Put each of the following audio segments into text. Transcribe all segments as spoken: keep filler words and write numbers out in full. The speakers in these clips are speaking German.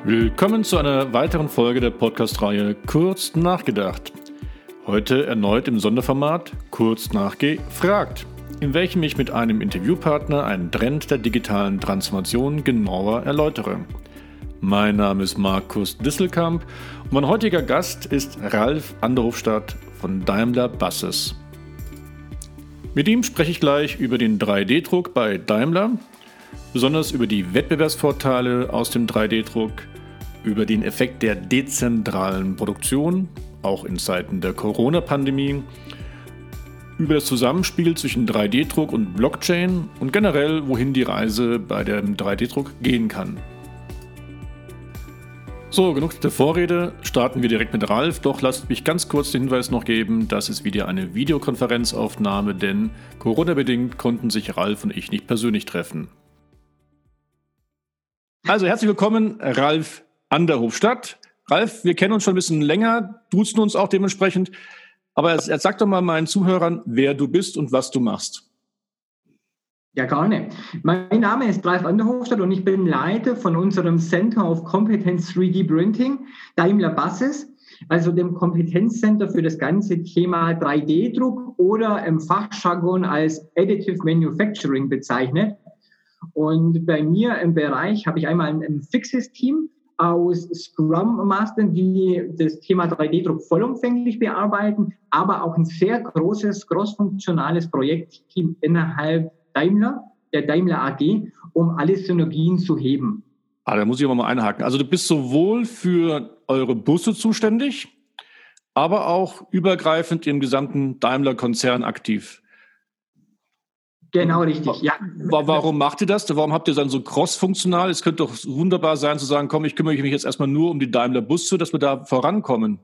Willkommen zu einer weiteren Folge der Podcast-Reihe Kurz nachgedacht. Heute erneut im Sonderformat Kurz nachgefragt, in welchem ich mit einem Interviewpartner einen Trend der digitalen Transformation genauer erläutere. Mein Name ist Markus Disselkamp und mein heutiger Gast ist Ralf Anderhofstadt von Daimler Buses. Mit ihm spreche ich gleich über den drei D Druck bei Daimler, besonders über die Wettbewerbsvorteile aus dem drei D Druck, über den Effekt der dezentralen Produktion, auch in Zeiten der Corona-Pandemie, über das Zusammenspiel zwischen drei D Druck und Blockchain und generell, wohin die Reise bei dem drei D Druck gehen kann. So, genug der Vorrede, starten wir direkt mit Ralf, doch lasst mich ganz kurz den Hinweis noch geben, das ist wieder eine Videokonferenzaufnahme, denn Corona-bedingt konnten sich Ralf und ich nicht persönlich treffen. Also herzlich willkommen, Ralf Anderhofstadt. Ralf, wir kennen uns schon ein bisschen länger, duzen uns auch dementsprechend, aber jetzt, jetzt sag doch mal meinen Zuhörern, wer du bist und was du machst. Ja, gerne. Mein Name ist Ralf Anderhofstadt und ich bin Leiter von unserem Center of Competence drei D Printing, Daimler Buses, also dem Kompetenzcenter für das ganze Thema drei D Druck oder im Fachjargon als Additive Manufacturing bezeichnet. Und bei mir im Bereich habe ich einmal ein fixes Team aus Scrum Mastern, die das Thema drei D Druck vollumfänglich bearbeiten, aber auch ein sehr großes, crossfunktionales Projektteam innerhalb Daimler, der Daimler A G, um alle Synergien zu heben. Ah, da muss ich aber mal einhaken. Also du bist sowohl für eure Busse zuständig, aber auch übergreifend im gesamten Daimler-Konzern aktiv. Genau, richtig, ja. Warum macht ihr das? Warum habt ihr dann so cross-funktional? Es könnte doch wunderbar sein zu sagen, komm, ich kümmere mich jetzt erstmal nur um die Daimler-Busse, dass wir da vorankommen.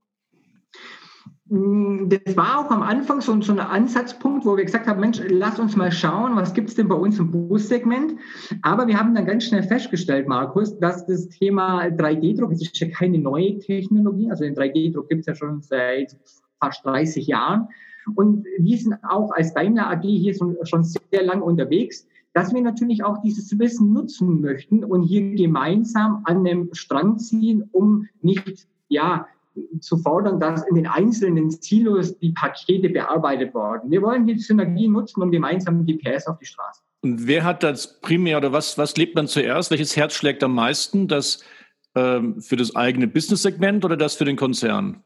Das war auch am Anfang so, so ein Ansatzpunkt, wo wir gesagt haben, Mensch, lass uns mal schauen, was gibt es denn bei uns im Bussegment? Aber wir haben dann ganz schnell festgestellt, Markus, dass das Thema drei D Druck, das ist ja keine neue Technologie, also den drei D Druck gibt es ja schon seit fast dreißig Jahren. Und wir sind auch als Daimler A G hier schon sehr lang unterwegs, dass wir natürlich auch dieses Wissen nutzen möchten und hier gemeinsam an einem Strang ziehen, um nicht, ja, zu fordern, dass in den einzelnen Silos die Pakete bearbeitet werden. Wir wollen die Synergie nutzen, um gemeinsam die P S auf die Straße. Und wer hat das primär oder was, was lebt man zuerst? Welches Herz schlägt am meisten? Das ähm, für das eigene Business-Segment oder das für den Konzern?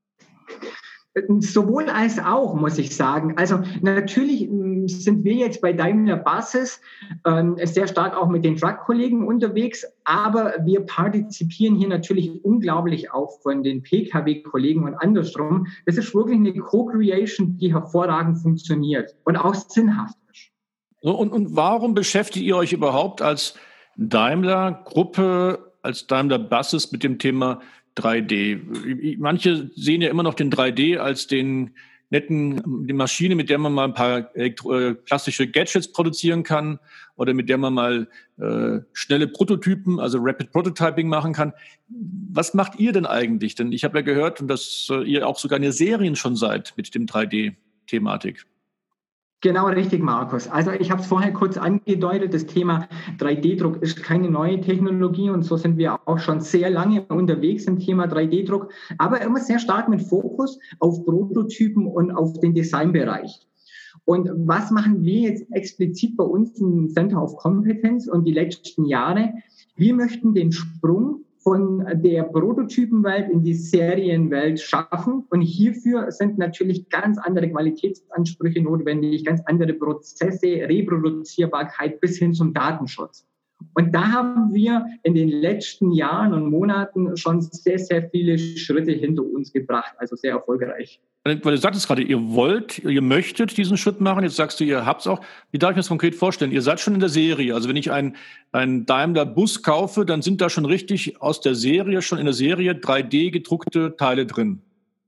Sowohl als auch, muss ich sagen. Also natürlich sind wir jetzt bei Daimler Buses ähm, sehr stark auch mit den Truck-Kollegen unterwegs, aber wir partizipieren hier natürlich unglaublich auch von den P K W-Kollegen und andersrum. Das ist wirklich eine Co-Creation, die hervorragend funktioniert und auch sinnhaft ist. Und, und warum beschäftigt ihr euch überhaupt als Daimler-Gruppe, als Daimler Buses mit dem Thema drei D? Manche sehen ja immer noch den drei D als den netten, die Maschine, mit der man mal ein paar äh, klassische Gadgets produzieren kann oder mit der man mal äh, schnelle Prototypen, also Rapid Prototyping machen kann. Was macht ihr denn eigentlich? Denn ich habe ja gehört, dass äh, ihr auch sogar in der Serien schon seid mit dem drei D-Thematik. Genau richtig, Markus. Also ich habe es vorher kurz angedeutet, das Thema drei D Druck ist keine neue Technologie und so sind wir auch schon sehr lange unterwegs im Thema drei D Druck, aber immer sehr stark mit Fokus auf Prototypen und auf den Designbereich. Und was machen wir jetzt explizit bei uns im Center of Competence und die letzten Jahre? Wir möchten den Sprung von der Prototypenwelt in die Serienwelt schaffen. Und hierfür sind natürlich ganz andere Qualitätsansprüche notwendig, ganz andere Prozesse, Reproduzierbarkeit bis hin zum Datenschutz. Und da haben wir in den letzten Jahren und Monaten schon sehr, sehr viele Schritte hinter uns gebracht, also sehr erfolgreich. Weil du sagtest gerade, ihr wollt, ihr möchtet diesen Schritt machen, jetzt sagst du, ihr habt's auch. Wie darf ich mir das konkret vorstellen? Ihr seid schon in der Serie. Also wenn ich einen, einen Daimler-Bus kaufe, dann sind da schon richtig aus der Serie, schon in der Serie drei D gedruckte Teile drin.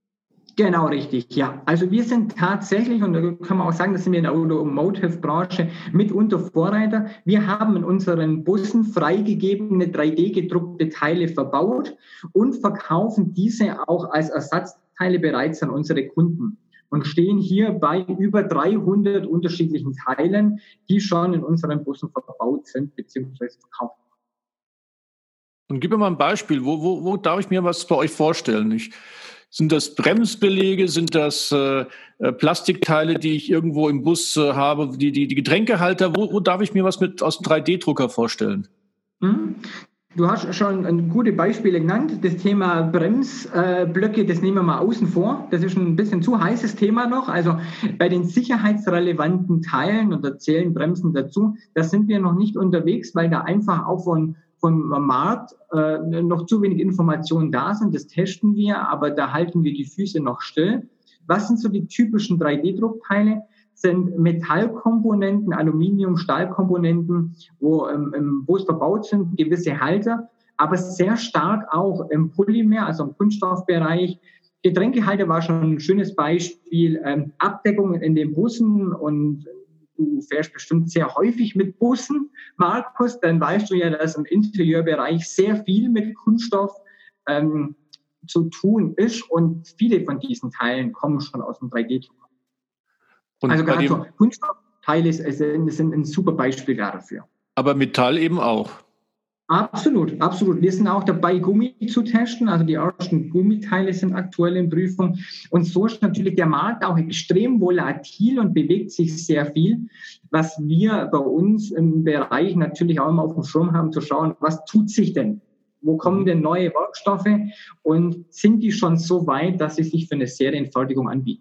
Genau, richtig, ja. Also wir sind tatsächlich, und da kann man auch sagen, das sind wir in der Automotive-Branche mitunter Vorreiter. Wir haben in unseren Bussen freigegebene drei D gedruckte Teile verbaut und verkaufen diese auch als Ersatzteile bereits an unsere Kunden und stehen hier bei über dreihundert unterschiedlichen Teilen, die schon in unseren Bussen verbaut sind bzw. verkauft. Und gib mir mal ein Beispiel. Wo, wo, wo darf ich mir was bei euch vorstellen? Ich, sind das Bremsbeläge? Sind das äh, äh, Plastikteile, die ich irgendwo im Bus äh, habe? Die, die, die Getränkehalter? Wo, wo darf ich mir was mit aus dem drei D Drucker vorstellen? Mhm. Du hast schon gute Beispiele genannt. Das Thema Bremsblöcke, das nehmen wir mal außen vor. Das ist ein bisschen zu heißes Thema noch. Also bei den sicherheitsrelevanten Teilen, und da zählen Bremsen dazu, da sind wir noch nicht unterwegs, weil da einfach auch von, vom Markt äh, noch zu wenig Informationen da sind. Das testen wir, aber da halten wir die Füße noch still. Was sind so die typischen drei D Druckteile? Sind Metallkomponenten, Aluminium, Stahlkomponenten, wo ähm, im Bus verbaut sind, gewisse Halter, aber sehr stark auch im Polymer, also im Kunststoffbereich. Getränkehalter war schon ein schönes Beispiel. Ähm, Abdeckungen in den Bussen, und du fährst bestimmt sehr häufig mit Bussen, Markus, dann weißt du ja, dass im Interieurbereich sehr viel mit Kunststoff ähm, zu tun ist, und viele von diesen Teilen kommen schon aus dem drei D Druck. Und also gerade dem, so Kunststoffteile sind, sind ein super Beispiel dafür. Aber Metall eben auch. Absolut, absolut. Wir sind auch dabei, Gummi zu testen. Also die ersten Gummiteile sind aktuell in Prüfung. Und so ist natürlich der Markt auch extrem volatil und bewegt sich sehr viel. Was wir bei uns im Bereich natürlich auch immer auf dem Schirm haben, zu schauen, was tut sich denn? Wo kommen denn neue Werkstoffe? Und sind die schon so weit, dass sie sich für eine Serienfertigung anbieten?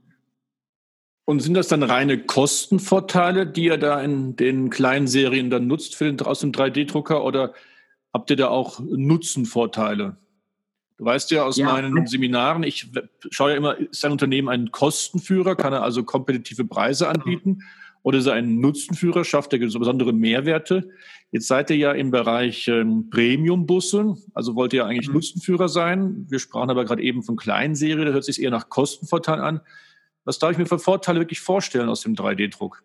Und sind das dann reine Kostenvorteile, die ihr da in den kleinen Serien dann nutzt für den, aus dem drei D Drucker, oder habt ihr da auch Nutzenvorteile? Du weißt ja aus ja. meinen Seminaren, ich schaue ja immer, ist ein Unternehmen ein Kostenführer, kann er also kompetitive Preise anbieten, oder ist er ein Nutzenführer, schafft er besondere Mehrwerte? Jetzt seid ihr ja im Bereich ähm, Premium-Busse, also wollt ihr ja eigentlich mhm. Nutzenführer sein. Wir sprachen aber gerade eben von Kleinserie, da hört sich eher nach Kostenvorteil an. Was darf ich mir für Vorteile wirklich vorstellen aus dem drei D Druck?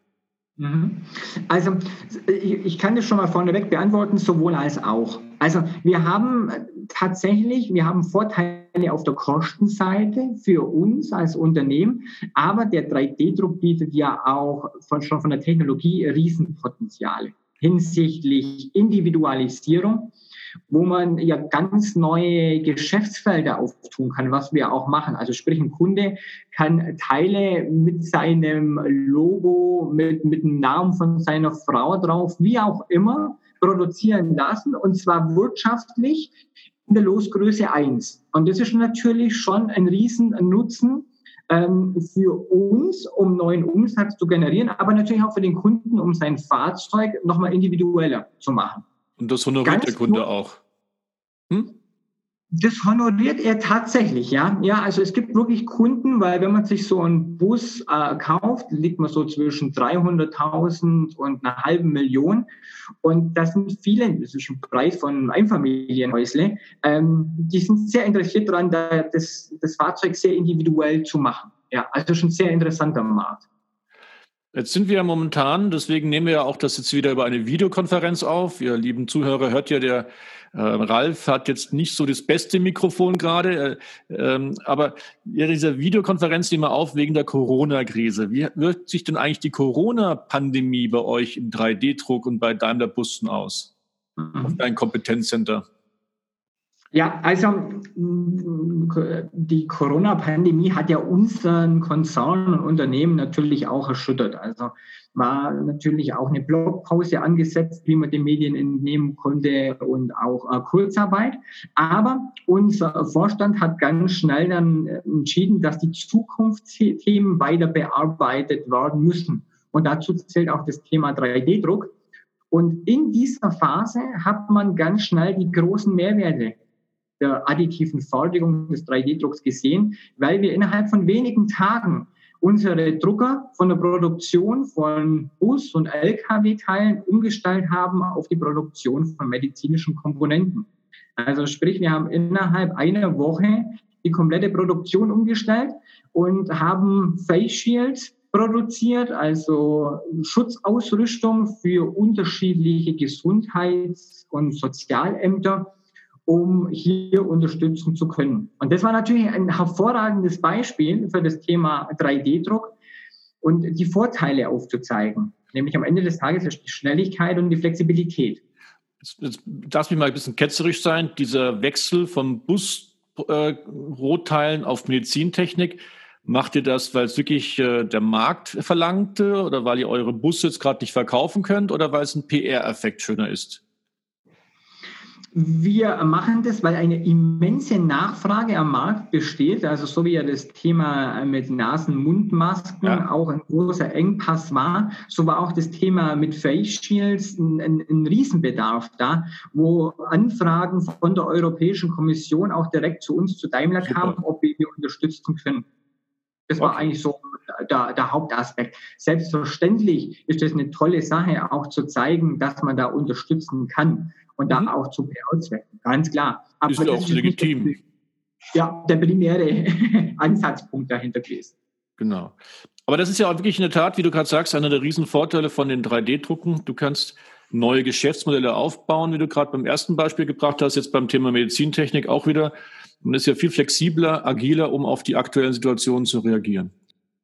Also ich kann das schon mal vorneweg beantworten, sowohl als auch. Also wir haben tatsächlich, wir haben Vorteile auf der Kostenseite für uns als Unternehmen, aber der drei D Druck bietet ja auch von, schon von der Technologie Riesenpotenziale hinsichtlich Individualisierung, wo man ja ganz neue Geschäftsfelder auftun kann, was wir auch machen. Also sprich, ein Kunde kann Teile mit seinem Logo, mit, mit dem Namen von seiner Frau drauf, wie auch immer, produzieren lassen, und zwar wirtschaftlich in der Losgröße eins. Und das ist natürlich schon ein riesen Nutzen ähm, für uns, um neuen Umsatz zu generieren, aber natürlich auch für den Kunden, um sein Fahrzeug nochmal individueller zu machen. Und das honoriert Ganz der Kunde nur, auch? Hm? Das honoriert er tatsächlich, ja. Ja, also es gibt wirklich Kunden, weil wenn man sich so einen Bus äh, kauft, liegt man so zwischen dreihunderttausend und einer halben Million. Und das sind viele, das ist ein Preis von einem Einfamilienhäusle, ähm, die sind sehr interessiert daran, das, das Fahrzeug sehr individuell zu machen. Ja, also schon ein sehr interessanter Markt. Jetzt sind wir ja momentan, deswegen nehmen wir ja auch das jetzt wieder über eine Videokonferenz auf. Ihr lieben Zuhörer, hört ja, der äh, Ralf hat jetzt nicht so das beste Mikrofon gerade, äh, ähm, aber ja, diese Videokonferenz nehmen wir auf wegen der Corona-Krise. Wie wirkt sich denn eigentlich die Corona-Pandemie bei euch im drei D Druck und bei Daimler Bussen aus? Mhm. Auf dein Kompetenzcenter? Ja, also die Corona-Pandemie hat ja unseren Konzern und Unternehmen natürlich auch erschüttert. Also war natürlich auch eine Blockpause angesetzt, wie man den Medien entnehmen konnte, und auch äh, Kurzarbeit. Aber unser Vorstand hat ganz schnell dann entschieden, dass die Zukunftsthemen weiter bearbeitet werden müssen. Und dazu zählt auch das Thema drei D Druck. Und in dieser Phase hat man ganz schnell die großen Mehrwerte der additiven Fertigung des drei D Drucks gesehen, weil wir innerhalb von wenigen Tagen unsere Drucker von der Produktion von Bus- und L K W-Teilen umgestellt haben auf die Produktion von medizinischen Komponenten. Also sprich, wir haben innerhalb einer Woche die komplette Produktion umgestellt und haben Face Shields produziert, also Schutzausrüstung für unterschiedliche Gesundheits- und Sozialämter, um hier unterstützen zu können. Und das war natürlich ein hervorragendes Beispiel für das Thema drei D Druck und die Vorteile aufzuzeigen. Nämlich am Ende des Tages ist die Schnelligkeit und die Flexibilität. Jetzt, jetzt darf ich mal ein bisschen ketzerisch sein. Dieser Wechsel vom Bus-Rohteilen äh, auf Medizintechnik, macht ihr das, weil es wirklich äh, der Markt verlangte oder weil ihr eure Busse jetzt gerade nicht verkaufen könnt oder weil es ein P R-Effekt schöner ist? Wir machen das, weil eine immense Nachfrage am Markt besteht. Also so wie ja das Thema mit Nasen-Mund-Masken ja. auch ein großer Engpass war, so war auch das Thema mit Face Shields ein, ein, ein Riesenbedarf da, wo Anfragen von der Europäischen Kommission auch direkt zu uns, zu Daimler Super. kamen, ob wir unterstützen können. Das war okay. eigentlich so der, der Hauptaspekt. Selbstverständlich ist das eine tolle Sache, auch zu zeigen, dass man da unterstützen kann. Und mhm. da auch zu P R-Zwecken, ganz klar. Aber ist ja auch legitim. Der, ja, der primäre Ansatzpunkt dahinter gewesen. Genau. Aber das ist ja auch wirklich in der Tat, wie du gerade sagst, einer der Riesenvorteile von den drei D-Drucken. Du kannst neue Geschäftsmodelle aufbauen, wie du gerade beim ersten Beispiel gebracht hast, jetzt beim Thema Medizintechnik auch wieder. Man ist ja viel flexibler, agiler, um auf die aktuellen Situationen zu reagieren.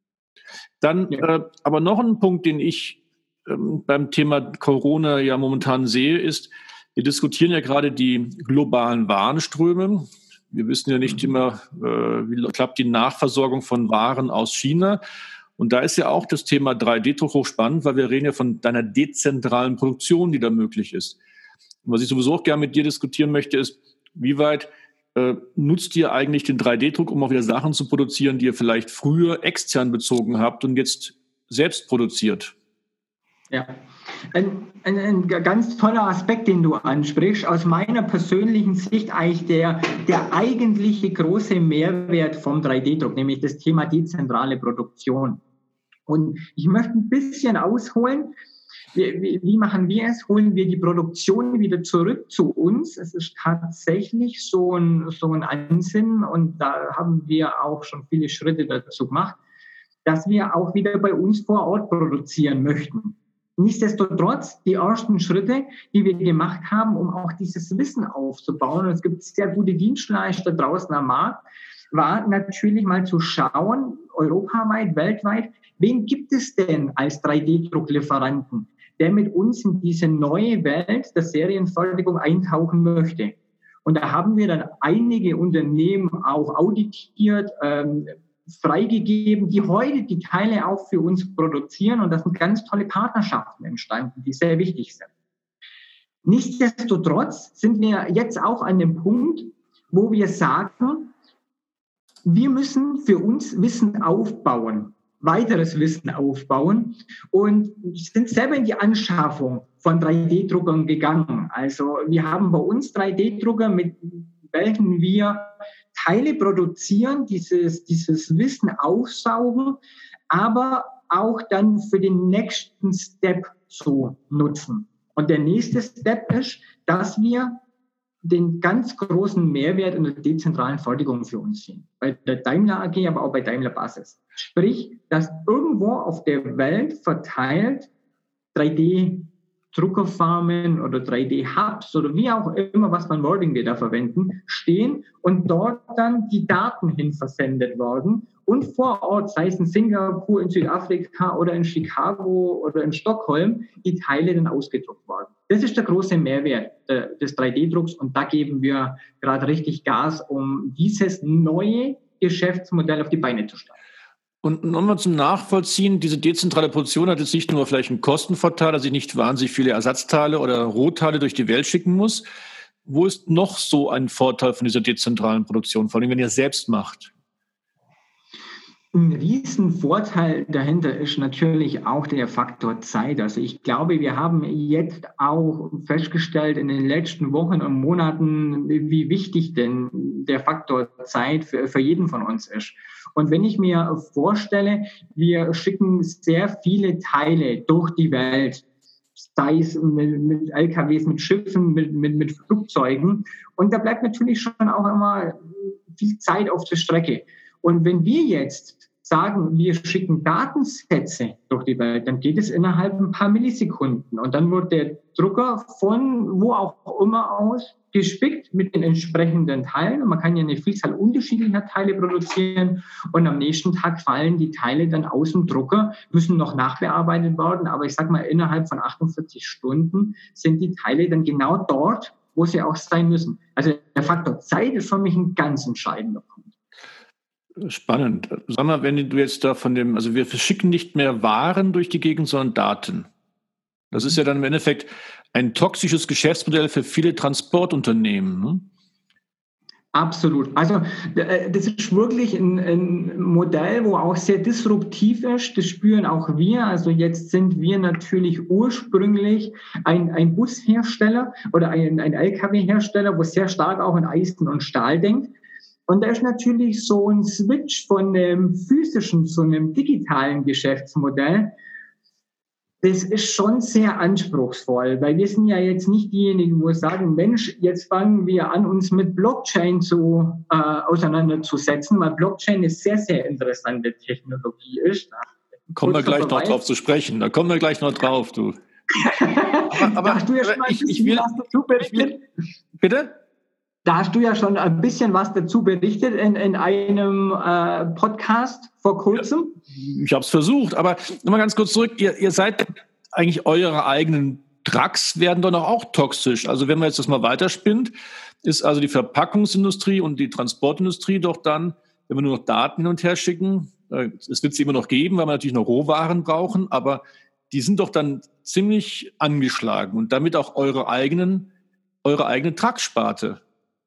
Dann ja. äh, aber noch ein Punkt, den ich ähm, beim Thema Corona ja momentan sehe, ist, wir diskutieren ja gerade die globalen Warenströme. Wir wissen ja nicht immer, äh, wie klappt die Nachversorgung von Waren aus China. Und da ist ja auch das Thema drei D-Druck hochspannend, weil wir reden ja von deiner dezentralen Produktion, die da möglich ist. Und was ich sowieso auch gerne mit dir diskutieren möchte, ist, wie weit äh, nutzt ihr eigentlich den drei D-Druck, um auch wieder Sachen zu produzieren, die ihr vielleicht früher extern bezogen habt und jetzt selbst produziert? Ja, ein, ein, ein ganz toller Aspekt, den du ansprichst. Aus meiner persönlichen Sicht eigentlich der, der eigentliche große Mehrwert vom drei D-Druck, nämlich das Thema dezentrale Produktion. Und ich möchte ein bisschen ausholen. Wie, wie, wie machen wir es? Holen wir die Produktion wieder zurück zu uns? Es ist tatsächlich so ein, so ein Ansinnen und da haben wir auch schon viele Schritte dazu gemacht, dass wir auch wieder bei uns vor Ort produzieren möchten. Nichtsdestotrotz, die ersten Schritte, die wir gemacht haben, um auch dieses Wissen aufzubauen, und es gibt sehr gute Dienstleister draußen am Markt, war natürlich mal zu schauen, europaweit, weltweit, wen gibt es denn als drei D-Drucklieferanten, der mit uns in diese neue Welt der Serienfertigung eintauchen möchte. Und da haben wir dann einige Unternehmen auch auditiert, ähm, freigegeben, die heute die Teile auch für uns produzieren. Und das sind ganz tolle Partnerschaften entstanden, die sehr wichtig sind. Nichtsdestotrotz sind wir jetzt auch an dem Punkt, wo wir sagen, wir müssen für uns Wissen aufbauen, weiteres Wissen aufbauen und sind selber in die Anschaffung von drei D-Druckern gegangen. Also wir haben bei uns drei D-Drucker, mit welchen wir Teile produzieren, dieses, dieses Wissen aufsaugen, aber auch dann für den nächsten Step zu nutzen. Und der nächste Step ist, dass wir den ganz großen Mehrwert in der dezentralen Fertigung für uns sehen. Bei der Daimler A G, aber auch bei Daimler Buses. Sprich, dass irgendwo auf der Welt verteilt drei D-Druckerfarmen oder drei D-Hubs oder wie auch immer, was für ein Wording wir da verwenden, stehen und dort dann die Daten hin versendet werden und vor Ort, sei es in Singapur, in Südafrika oder in Chicago oder in Stockholm, die Teile dann ausgedruckt werden. Das ist der große Mehrwert äh, des drei D-Drucks und da geben wir gerade richtig Gas, um dieses neue Geschäftsmodell auf die Beine zu stellen. Und nochmal zum Nachvollziehen, diese dezentrale Produktion hat jetzt nicht nur vielleicht einen Kostenvorteil, dass ich nicht wahnsinnig viele Ersatzteile oder Rohteile durch die Welt schicken muss. Wo ist noch so ein Vorteil von dieser dezentralen Produktion, vor allem wenn ihr es selbst macht? Ein Riesenvorteil dahinter ist natürlich auch der Faktor Zeit. Also ich glaube, wir haben jetzt auch festgestellt in den letzten Wochen und Monaten, wie wichtig denn der Faktor Zeit für, für jeden von uns ist. Und wenn ich mir vorstelle, wir schicken sehr viele Teile durch die Welt, sei es mit, mit L K Ws, mit Schiffen, mit, mit, mit Flugzeugen. Und da bleibt natürlich schon auch immer viel Zeit auf der Strecke. Und wenn wir jetzt sagen, wir schicken Datensätze durch die Welt, dann geht es innerhalb ein paar Millisekunden. Und dann wird der Drucker von wo auch immer aus gespickt mit den entsprechenden Teilen. Und man kann ja eine Vielzahl unterschiedlicher Teile produzieren. Und am nächsten Tag fallen die Teile dann aus dem Drucker, müssen noch nachbearbeitet werden. Aber ich sage mal, innerhalb von achtundvierzig Stunden sind die Teile dann genau dort, wo sie auch sein müssen. Also der Faktor Zeit ist für mich ein ganz entscheidender Punkt. Spannend. Sag mal, wenn du jetzt da von dem, also wir verschicken nicht mehr Waren durch die Gegend, sondern Daten. Das ist ja dann im Endeffekt ein toxisches Geschäftsmodell für viele Transportunternehmen, ne? Absolut. Also das ist wirklich ein, ein Modell, wo auch sehr disruptiv ist. Das spüren auch wir. Also jetzt sind wir natürlich ursprünglich ein, ein Bushersteller oder ein, ein L K W-Hersteller, wo sehr stark auch an Eisen und Stahl denkt. Und da ist natürlich so ein Switch von einem physischen zu einem digitalen Geschäftsmodell. Das ist schon sehr anspruchsvoll, weil wir sind ja jetzt nicht diejenigen, wo sagen, Mensch, jetzt fangen wir an, uns mit Blockchain zu, äh, auseinanderzusetzen, weil Blockchain eine sehr, sehr interessante Technologie ist. Kommen wir gleich noch drauf zu sprechen, da kommen wir gleich noch drauf, du. aber, aber, du ja schon aber ich, ich will, was dazu ich will, bitte? Da hast du ja schon ein bisschen was dazu berichtet in, in einem äh, Podcast vor kurzem. Ja, ich habe es versucht, aber nochmal ganz kurz zurück. Ihr, ihr seid eigentlich eure eigenen Trucks werden doch auch toxisch. Also wenn man jetzt das mal weiterspinnt, ist also die Verpackungsindustrie und die Transportindustrie doch dann, wenn wir nur noch Daten hin und her schicken, äh, es wird sie immer noch geben, weil wir natürlich noch Rohwaren brauchen, aber die sind doch dann ziemlich angeschlagen und damit auch eure eigenen, eure eigene Trucksparte.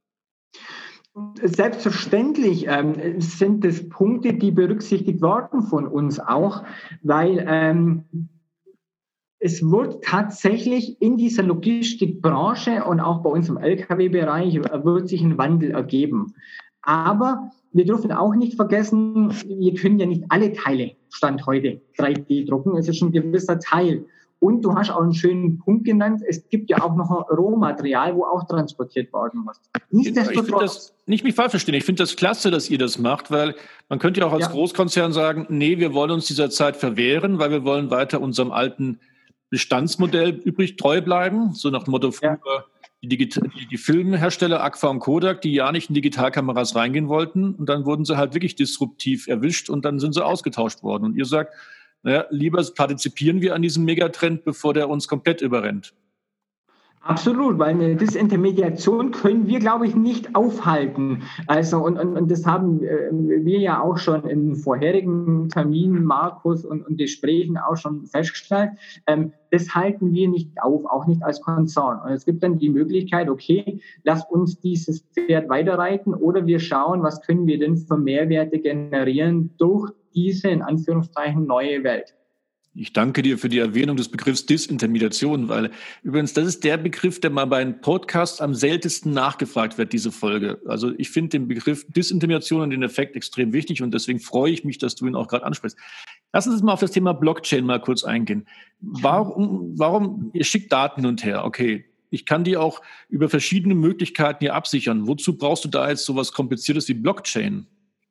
Selbstverständlich ähm, sind das Punkte, die berücksichtigt worden von uns auch, weil ähm, es wird tatsächlich in dieser Logistikbranche und auch bei uns im L K W-Bereich wird sich ein Wandel ergeben. Aber wir dürfen auch nicht vergessen, wir können ja nicht alle Teile Stand heute drei D drucken. Es ist ein gewisser Teil. Und du hast auch einen schönen Punkt genannt, es gibt ja auch noch ein Rohmaterial, wo auch transportiert werden muss. Nichtsdestotrotz. Ich finde das, nicht mich falsch verstehen, ich finde das klasse, dass ihr das macht, weil man könnte ja auch als ja. Großkonzern sagen, nee, wir wollen uns dieser Zeit verwehren, weil wir wollen weiter unserem alten Bestandsmodell übrig treu bleiben, so nach dem Motto früher ja. die, Digita- die, die Filmhersteller Agfa und Kodak, die ja nicht in Digitalkameras reingehen wollten und dann wurden sie halt wirklich disruptiv erwischt und dann sind sie ausgetauscht worden. Und ihr sagt, naja, lieber partizipieren wir an diesem Megatrend, bevor der uns komplett überrennt. Absolut, weil eine Disintermediation können wir, glaube ich, nicht aufhalten. Also und, und, und das haben wir ja auch schon in vorherigen Terminen, Markus, und, und Gesprächen auch schon festgestellt. Ähm, das halten wir nicht auf, auch nicht als Konzern. Und es gibt dann die Möglichkeit, okay, lass uns dieses Pferd weiterreiten oder wir schauen, was können wir denn für Mehrwerte generieren durch diese, in Anführungszeichen, neue Welt. Ich danke dir für die Erwähnung des Begriffs Disintermediation, weil übrigens, das ist der Begriff, der mal bei einem Podcast am seltensten nachgefragt wird, diese Folge. Also ich finde den Begriff Disintermediation und den Effekt extrem wichtig und deswegen freue ich mich, dass du ihn auch gerade ansprichst. Lass uns mal auf das Thema Blockchain mal kurz eingehen. Warum, warum, ihr schickt Daten hin und her, okay. Ich kann die auch über verschiedene Möglichkeiten hier absichern. Wozu brauchst du da jetzt sowas Kompliziertes wie Blockchain?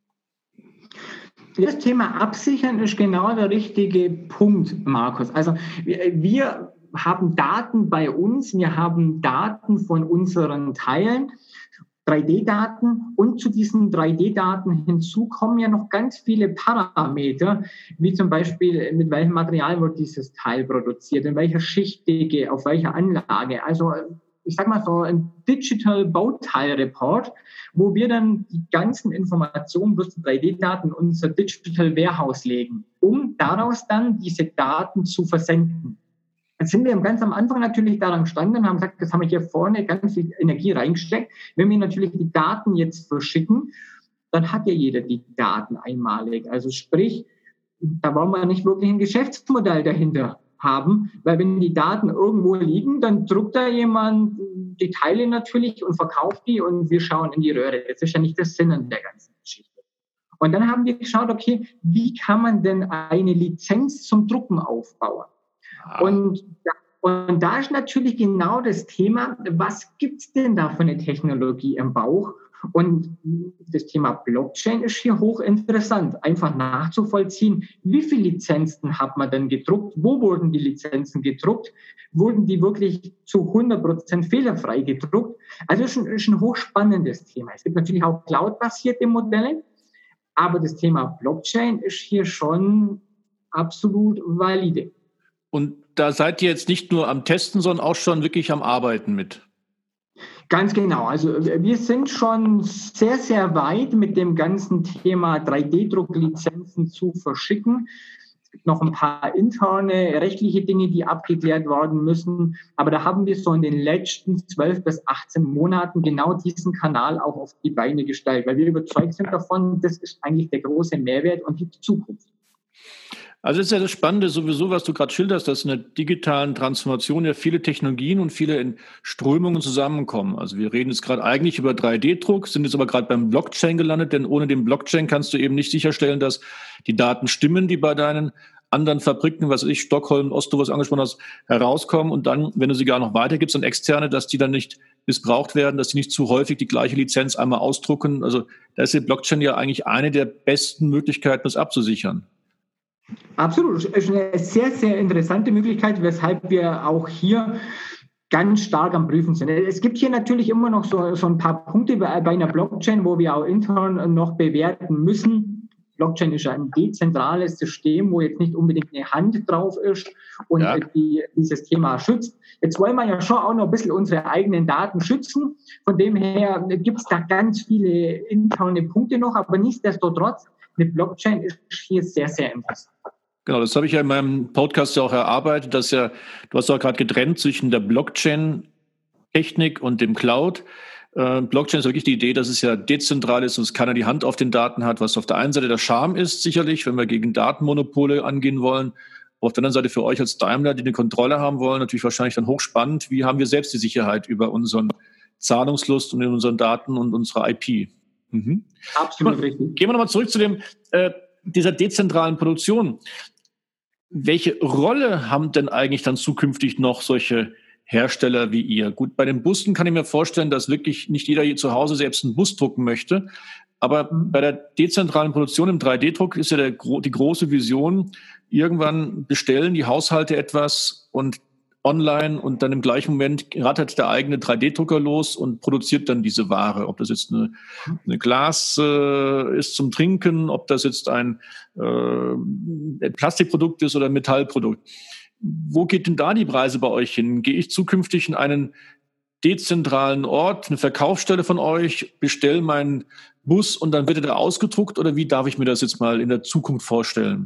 Das Thema Absichern ist genau der richtige Punkt, Markus. Also wir, wir haben Daten bei uns, wir haben Daten von unseren Teilen, drei D-Daten und zu diesen drei D-Daten hinzu kommen ja noch ganz viele Parameter, wie zum Beispiel mit welchem Material wird dieses Teil produziert, in welcher Schichtdicke, auf welcher Anlage. Also ich sag mal so ein Digital Bauteil Report, wo wir dann die ganzen Informationen plus die drei D-Daten in unser Digital Warehouse legen, um daraus dann diese Daten zu versenden. Dann sind wir ganz am Anfang natürlich daran gestanden und haben gesagt, das haben wir hier vorne ganz viel Energie reingesteckt. Wenn wir natürlich die Daten jetzt verschicken, dann hat ja jeder die Daten einmalig. Also sprich, da wollen wir nicht wirklich ein Geschäftsmodell dahinter haben, weil wenn die Daten irgendwo liegen, dann druckt da jemand die Teile natürlich und verkauft die und wir schauen in die Röhre. Das ist ja nicht der Sinn an der ganzen Geschichte. Und dann haben wir geschaut, okay, wie kann man denn eine Lizenz zum Drucken aufbauen? Ah. Und, und da ist natürlich genau das Thema, was gibt's denn da für eine Technologie im Bauch? Und das Thema Blockchain ist hier hochinteressant, einfach nachzuvollziehen, wie viele Lizenzen hat man denn gedruckt, wo wurden die Lizenzen gedruckt, wurden die wirklich zu hundert Prozent fehlerfrei gedruckt. Also es ist ein, ist ein hochspannendes Thema. Es gibt natürlich auch Cloud-basierte Modelle, aber das Thema Blockchain ist hier schon absolut valide. Und da seid ihr jetzt nicht nur am Testen, sondern auch schon wirklich am Arbeiten mit. Ganz genau. Also wir sind schon sehr, sehr weit mit dem ganzen Thema drei D-Drucklizenzen zu verschicken. Es gibt noch ein paar interne rechtliche Dinge, die abgeklärt werden müssen. Aber da haben wir so in den letzten zwölf bis achtzehn Monaten genau diesen Kanal auch auf die Beine gestellt, weil wir überzeugt sind davon, das ist eigentlich der große Mehrwert und die Zukunft. Also das ist ja das Spannende sowieso, was du gerade schilderst, dass in der digitalen Transformation ja viele Technologien und viele Strömungen zusammenkommen. Also wir reden jetzt gerade eigentlich über drei D-Druck, sind jetzt aber gerade beim Blockchain gelandet, denn ohne den Blockchain kannst du eben nicht sicherstellen, dass die Daten stimmen, die bei deinen anderen Fabriken, was weiß ich, Stockholm, Oslo, was angesprochen hast, herauskommen und dann, wenn du sie gar noch weitergibst an Externe, dass die dann nicht missbraucht werden, dass die nicht zu häufig die gleiche Lizenz einmal ausdrucken. Also da ist die Blockchain ja eigentlich eine der besten Möglichkeiten, das abzusichern. Absolut. Es ist eine sehr, sehr interessante Möglichkeit, weshalb wir auch hier ganz stark am Prüfen sind. Es gibt hier natürlich immer noch so, so ein paar Punkte bei, bei einer Blockchain, wo wir auch intern noch bewerten müssen. Blockchain ist ja ein dezentrales System, wo jetzt nicht unbedingt eine Hand drauf ist und ja. die, dieses Thema schützt. Jetzt wollen wir ja schon auch noch ein bisschen unsere eigenen Daten schützen. Von dem her gibt es da ganz viele interne Punkte noch, aber nichtsdestotrotz, eine Blockchain ist hier sehr, sehr interessant. Genau, das habe ich ja in meinem Podcast ja auch erarbeitet, dass ja, du hast auch gerade getrennt zwischen der Blockchain-Technik und dem Cloud. Äh, Blockchain ist wirklich die Idee, dass es ja dezentral ist und es keiner die Hand auf den Daten hat, was auf der einen Seite der Charme ist, sicherlich, wenn wir gegen Datenmonopole angehen wollen. Auf der anderen Seite für euch als Daimler, die eine Kontrolle haben wollen, natürlich wahrscheinlich dann hochspannend. Wie haben wir selbst die Sicherheit über unseren Zahlungslust und in unseren Daten und unsere I P? Mhm. Absolut richtig. Gehen wir nochmal zurück zu dem, äh, dieser dezentralen Produktion. Welche Rolle haben denn eigentlich dann zukünftig noch solche Hersteller wie ihr? Gut, bei den Bussen kann ich mir vorstellen, dass wirklich nicht jeder hier zu Hause selbst einen Bus drucken möchte. Aber bei der dezentralen Produktion im drei D-Druck ist ja der, die große Vision, irgendwann bestellen die Haushalte etwas und online und dann im gleichen Moment rattert der eigene drei D-Drucker los und produziert dann diese Ware. Ob das jetzt eine, eine Glas äh, ist zum Trinken, ob das jetzt ein, äh, ein Plastikprodukt ist oder ein Metallprodukt. Wo geht denn da die Preise bei euch hin? Gehe ich zukünftig in einen dezentralen Ort, eine Verkaufsstelle von euch, bestelle meinen Bus und dann wird er da ausgedruckt? Oder wie darf ich mir das jetzt mal in der Zukunft vorstellen?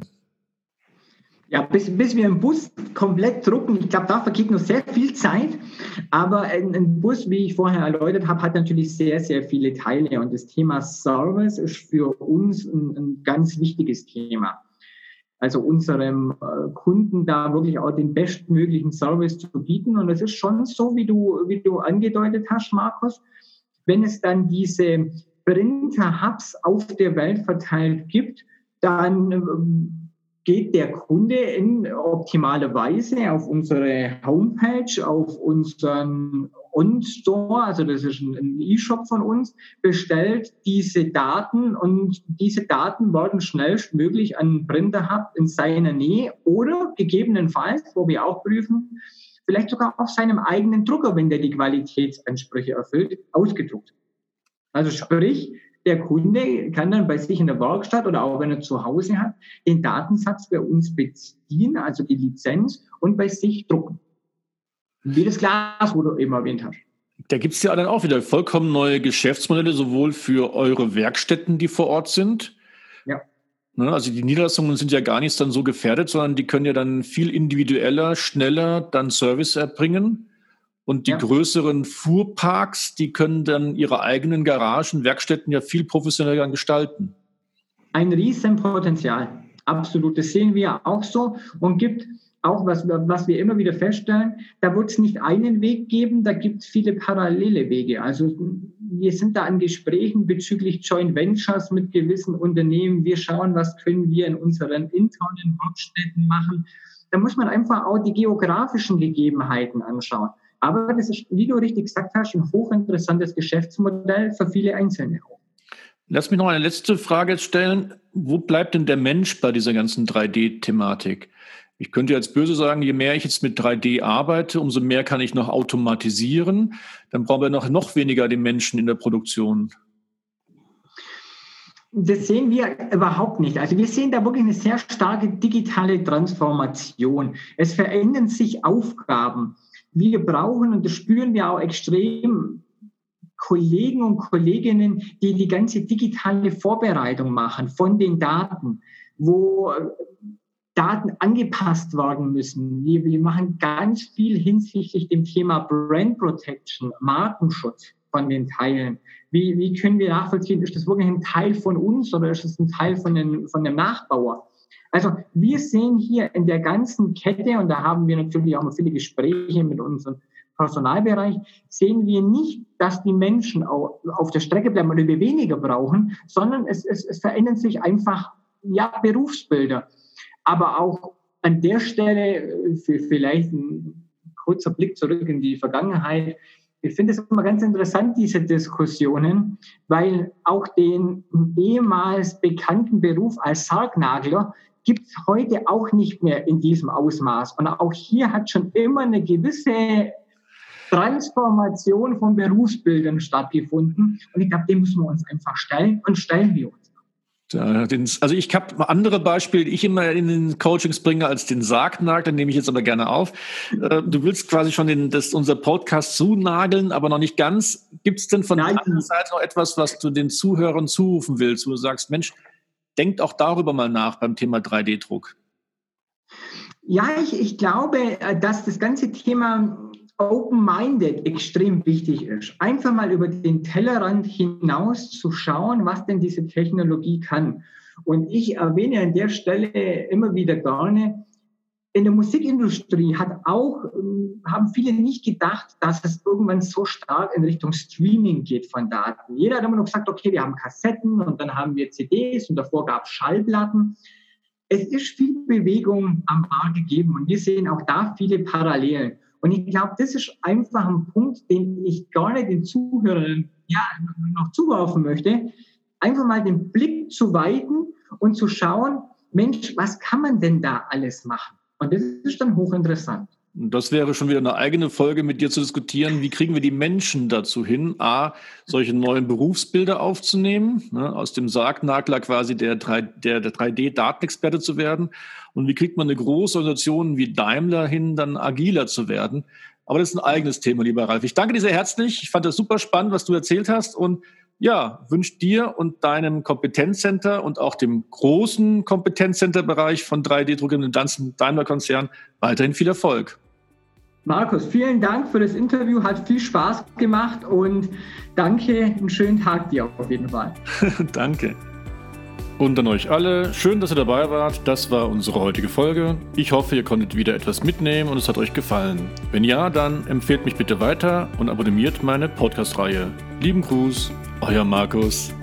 Ja, bis, bis wir einen Bus komplett drucken, ich glaube, da vergeht noch sehr viel Zeit. Aber ein, ein Bus, wie ich vorher erläutert habe, hat natürlich sehr, sehr viele Teile. Und das Thema Service ist für uns ein, ein ganz wichtiges Thema. Also unserem äh, Kunden da wirklich auch den bestmöglichen Service zu bieten. Und es ist schon so, wie du, wie du angedeutet hast, Markus, wenn es dann diese Printer-Hubs auf der Welt verteilt gibt, dann ähm, geht der Kunde in optimaler Weise auf unsere Homepage, auf unseren On-Store, also das ist ein E-Shop von uns, bestellt diese Daten und diese Daten werden schnellstmöglich an einen Printer-Hub in seiner Nähe oder gegebenenfalls, wo wir auch prüfen, vielleicht sogar auf seinem eigenen Drucker, wenn der die Qualitätsansprüche erfüllt, ausgedruckt. Also sprich, der Kunde kann dann bei sich in der Werkstatt oder auch wenn er zu Hause hat, den Datensatz bei uns beziehen, also die Lizenz, und bei sich drucken. Wie das Glas, wo du eben erwähnt hast. Da gibt es ja dann auch wieder vollkommen neue Geschäftsmodelle, sowohl für eure Werkstätten, die vor Ort sind. Ja. Also die Niederlassungen sind ja gar nicht dann so gefährdet, sondern die können ja dann viel individueller, schneller dann Service erbringen. Und die ja. größeren Fuhrparks, die können dann ihre eigenen Garagen, Werkstätten ja viel professioneller gestalten. Ein Riesenpotenzial, absolut. Das sehen wir auch so und gibt auch, was wir, was wir immer wieder feststellen, da wird es nicht einen Weg geben, da gibt es viele parallele Wege. Also wir sind da an Gesprächen bezüglich Joint Ventures mit gewissen Unternehmen. Wir schauen, was können wir in unseren internen Werkstätten machen. Da muss man einfach auch die geografischen Gegebenheiten anschauen. Aber das ist, wie du richtig gesagt hast, ein hochinteressantes Geschäftsmodell für viele Einzelne auch. Lass mich noch eine letzte Frage jetzt stellen. Wo bleibt denn der Mensch bei dieser ganzen drei D-Thematik? Ich könnte jetzt böse sagen, je mehr ich jetzt mit drei D arbeite, umso mehr kann ich noch automatisieren. Dann brauchen wir noch, noch weniger den Menschen in der Produktion. Das sehen wir überhaupt nicht. Also wir sehen da wirklich eine sehr starke digitale Transformation. Es verändern sich Aufgaben. Wir brauchen, und das spüren wir auch extrem, Kollegen und Kolleginnen, die die ganze digitale Vorbereitung machen von den Daten, wo Daten angepasst werden müssen. Wir, wir machen ganz viel hinsichtlich dem Thema Brand Protection, Markenschutz von den Teilen. Wie, wie können wir nachvollziehen, ist das wirklich ein Teil von uns oder ist es ein Teil von, den, von dem Nachbauer? Also wir sehen hier in der ganzen Kette, und da haben wir natürlich auch viele Gespräche mit unserem Personalbereich, sehen wir nicht, dass die Menschen auch auf der Strecke bleiben oder wir weniger brauchen, sondern es, es, es verändern sich einfach ja, Berufsbilder. Aber auch an der Stelle für vielleicht ein kurzer Blick zurück in die Vergangenheit. Ich finde es immer ganz interessant, diese Diskussionen, weil auch den ehemals bekannten Beruf als Sargnagler gibt es heute auch nicht mehr in diesem Ausmaß. Und auch hier hat schon immer eine gewisse Transformation von Berufsbildern stattgefunden. Und ich glaube, dem müssen wir uns einfach stellen und stellen wir uns. Also ich habe andere Beispiele, die ich immer in den Coachings bringe, als den Sargnagel, den nehme ich jetzt aber gerne auf. Du willst quasi schon den, das, unser Podcast zunageln, aber noch nicht ganz. Gibt es denn von der anderen Seite noch etwas, was du den Zuhörern zurufen willst, wo du sagst, Mensch, denkt auch darüber mal nach beim Thema drei D Druck? Ja, ich, ich glaube, dass das ganze Thema Open-minded extrem wichtig ist. Einfach mal über den Tellerrand hinaus zu schauen, was denn diese Technologie kann. Und ich erwähne an der Stelle immer wieder gerne, in der Musikindustrie hat auch, haben viele nicht gedacht, dass es irgendwann so stark in Richtung Streaming geht von Daten. Jeder hat immer noch gesagt, okay, wir haben Kassetten und dann haben wir C Ds und davor gab es Schallplatten. Es ist viel Bewegung am Markt gegeben und wir sehen auch da viele Parallelen. Und ich glaube, das ist einfach ein Punkt, den ich gar nicht den Zuhörern ja, noch zuwerfen möchte. Einfach mal den Blick zu weiten und zu schauen, Mensch, was kann man denn da alles machen? Und das ist dann hochinteressant. Und das wäre schon wieder eine eigene Folge, mit dir zu diskutieren. Wie kriegen wir die Menschen dazu hin, A, solche neuen Berufsbilder aufzunehmen, ne, aus dem Sargnagler quasi der, der, der drei D-Datenexperte zu werden? Und wie kriegt man eine große Organisation wie Daimler hin, dann agiler zu werden? Aber das ist ein eigenes Thema, lieber Ralf. Ich danke dir sehr herzlich. Ich fand das super spannend, was du erzählt hast. Und ja, wünsche dir und deinem Kompetenzcenter und auch dem großen Kompetenzcenter-Bereich von drei D-Druck im ganzen Daimler-Konzern weiterhin viel Erfolg. Markus, vielen Dank für das Interview. Hat viel Spaß gemacht und danke. Einen schönen Tag dir auf jeden Fall. Danke. Und an euch alle, schön, dass ihr dabei wart. Das war unsere heutige Folge. Ich hoffe, ihr konntet wieder etwas mitnehmen und es hat euch gefallen. Wenn ja, dann empfehlt mich bitte weiter und abonniert meine Podcast-Reihe. Lieben Gruß, euer Markus.